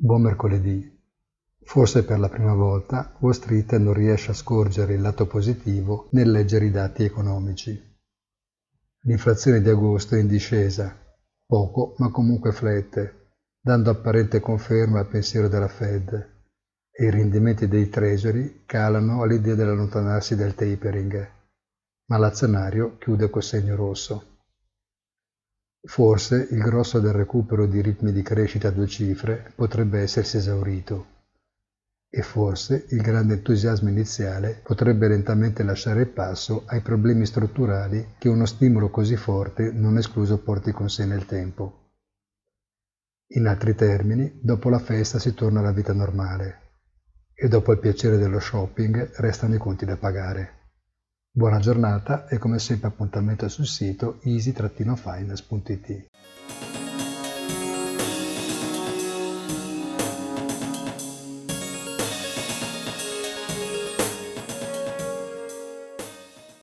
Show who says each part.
Speaker 1: Buon mercoledì. Forse per la prima volta Wall Street non riesce a scorgere il lato positivo nel leggere i dati economici. L'inflazione di agosto è in discesa, poco ma comunque flat, dando apparente conferma al pensiero della Fed, e i rendimenti dei Treasury calano all'idea dell'allontanarsi del tapering, ma l'azionario chiude col segno rosso. Forse il grosso del recupero di ritmi di crescita a 2 cifre potrebbe essersi esaurito e forse il grande entusiasmo iniziale potrebbe lentamente lasciare il passo ai problemi strutturali che uno stimolo così forte non escluso porti con sé nel tempo. In altri termini, dopo la festa si torna alla vita normale e dopo il piacere dello shopping restano i conti da pagare. Buona giornata e come sempre appuntamento sul sito easy-finance.it.